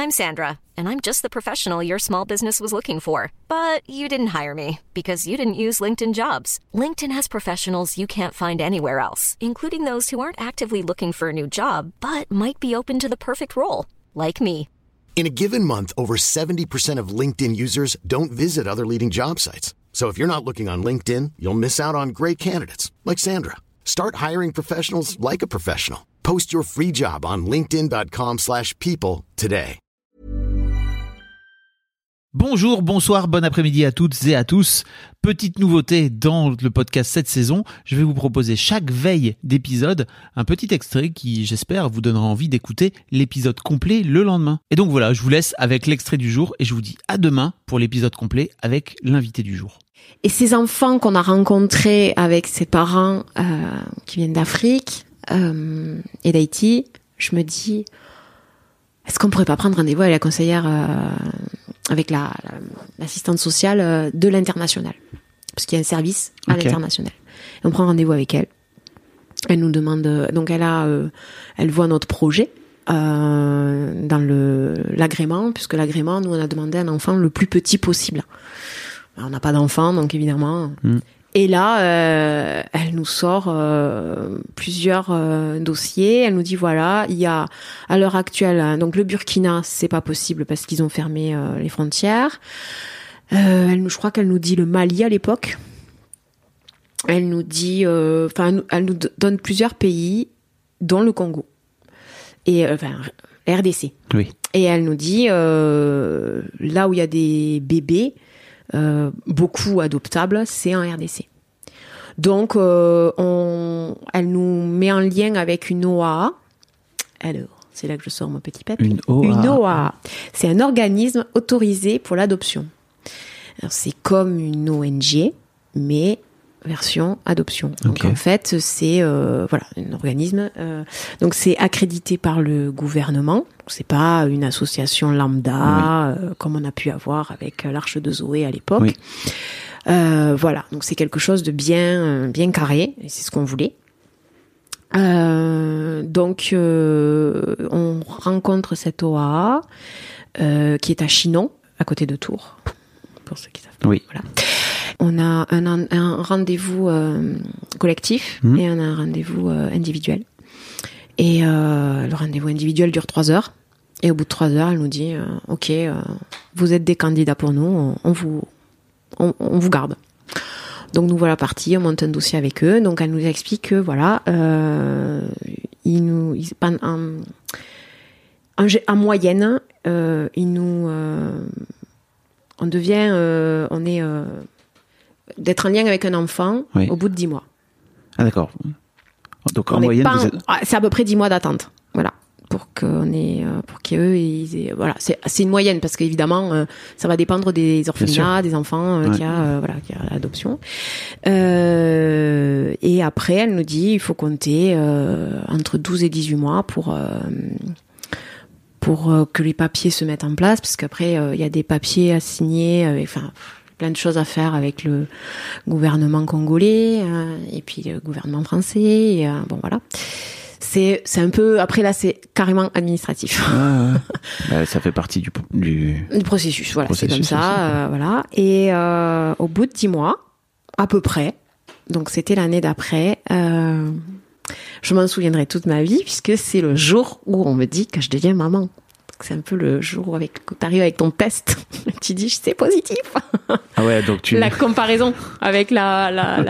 I'm Sandra, and I'm just the professional your small business was looking for. But you didn't hire me because you didn't use LinkedIn Jobs. LinkedIn has professionals you can't find anywhere else, including those who aren't actively looking for a new job, but might be open to the perfect role, like me. In a given month, over 70% of LinkedIn users don't visit other leading job sites. So if you're not looking on LinkedIn, you'll miss out on great candidates like Sandra. Start hiring professionals like a professional. Post your free job on linkedin.com/people today. Bonjour, bonsoir, bon après-midi à toutes et à tous. Petite nouveauté dans le podcast cette saison, je vais vous proposer chaque veille d'épisode un petit extrait qui, j'espère, vous donnera envie d'écouter l'épisode complet le lendemain. Et donc voilà, je vous laisse avec l'extrait du jour et je vous dis à demain pour l'épisode complet avec l'invité du jour. Et ces enfants qu'on a rencontrés avec ses parents qui viennent d'Afrique et d'Haïti, je me dis, est-ce qu'on pourrait pas prendre rendez-vous avec la conseillère, avec l'assistante sociale de l'international, parce qu'il y a un service à l'international. Et on prend rendez-vous avec elle. Elle nous demande, donc elle voit notre projet dans l'agrément, puisque l'agrément, nous on a demandé un enfant le plus petit possible. On n'a pas d'enfant, donc évidemment. Et là, elle nous sort plusieurs dossiers. Elle nous dit voilà, il y a à l'heure actuelle, donc le Burkina, c'est pas possible parce qu'ils ont fermé les frontières. Je crois qu'elle nous dit le Mali à l'époque. Elle nous dit, elle nous donne plusieurs pays, dont le Congo et RDC. Oui. Et elle nous dit là où il y a des bébés. Beaucoup adoptables, c'est en RDC. Donc, elle nous met en lien avec une OAA. Alors, c'est là que je sors mon petit papier. Une OAA. C'est un organisme autorisé pour l'adoption. Alors, c'est comme une ONG, mais version adoption. Donc, en fait, c'est un organisme. Donc, c'est accrédité par le gouvernement. C'est pas une association lambda comme on a pu avoir avec l'Arche de Zoé à l'époque. Oui. Voilà. Donc, c'est quelque chose de bien carré. Et c'est ce qu'on voulait. Donc, on rencontre cette OAA qui est à Chinon, à côté de Tours, pour ceux qui savent. Oui. Voilà. On a un rendez-vous collectif et on a un rendez-vous individuel. Et le rendez-vous individuel dure 3 heures. Et au bout de 3 heures, elle nous dit OK, vous êtes des candidats pour nous, on vous garde. Donc nous voilà partis, on monte un dossier avec eux. Donc elle nous explique que voilà, en moyenne, on est d'être en lien avec un enfant au bout de 10 mois. Ah d'accord. Donc en moyenne, c'est à peu près 10 mois d'attente. Voilà. Pour qu'eux, ils aient, voilà. C'est une moyenne parce qu'évidemment, ça va dépendre des orphelinats, des enfants qui a l'adoption. Et après, elle nous dit, il faut compter entre 12 et 18 mois pour que les papiers se mettent en place, parce qu'après, il y a des papiers à signer, plein de choses à faire avec le gouvernement congolais et puis le gouvernement français. Bon, voilà. C'est un peu... Après, là, c'est carrément administratif. Ça fait partie du processus. Voilà, c'est comme ça. Voilà. Et au bout de 10 mois, à peu près, donc c'était l'année d'après, je m'en souviendrai toute ma vie, puisque c'est le jour où on me dit que je deviens maman. C'est un peu le jour où t'arrives avec ton test, tu dis c'est positif. Ah ouais, donc la comparaison avec la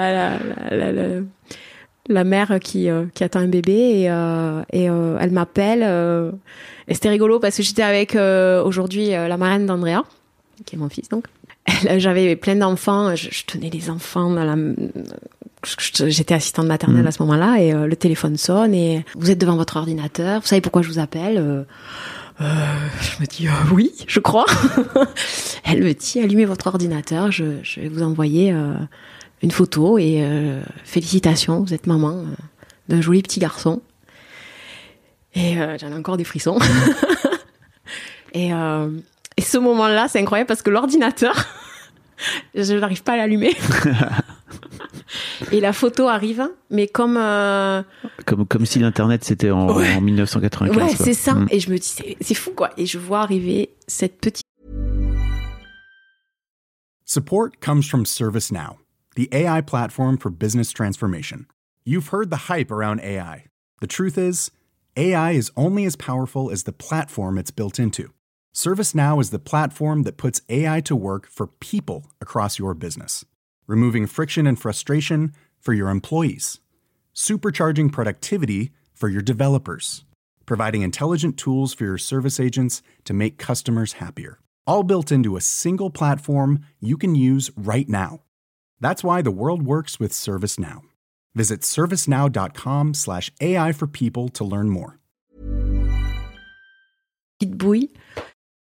mère qui attend un bébé et elle m'appelle et c'était rigolo parce que j'étais avec aujourd'hui la marraine d'Andrea, qui est mon fils donc. J'avais plein d'enfants, je tenais les enfants j'étais assistante maternelle à ce moment-là et le téléphone sonne et vous êtes devant votre ordinateur, vous savez pourquoi je vous appelle? Je me dis oui, je crois. Elle me dit allumez votre ordinateur, je vais vous envoyer une photo et félicitations, vous êtes maman d'un joli petit garçon. Et j'en ai encore des frissons. Et ce moment-là, c'est incroyable parce que l'ordinateur, je n'arrive pas à l'allumer. Et la photo arrive, mais comme si l'internet c'était en 1995. Ouais, quoi. c'est ça. Et je me dis c'est fou quoi. Et je vois arriver cette petite. Support comes from ServiceNow, the AI platform for business transformation. You've heard the hype around AI. The truth is, AI is only as powerful as the platform it's built into. ServiceNow is the platform that puts AI to work for people across your business, removing friction and frustration for your employees, supercharging productivity for your developers, providing intelligent tools for your service agents to make customers happier. All built into a single platform you can use right now. That's why the world works with ServiceNow. Visit servicenow.com/AI for people to learn more. Petite bouille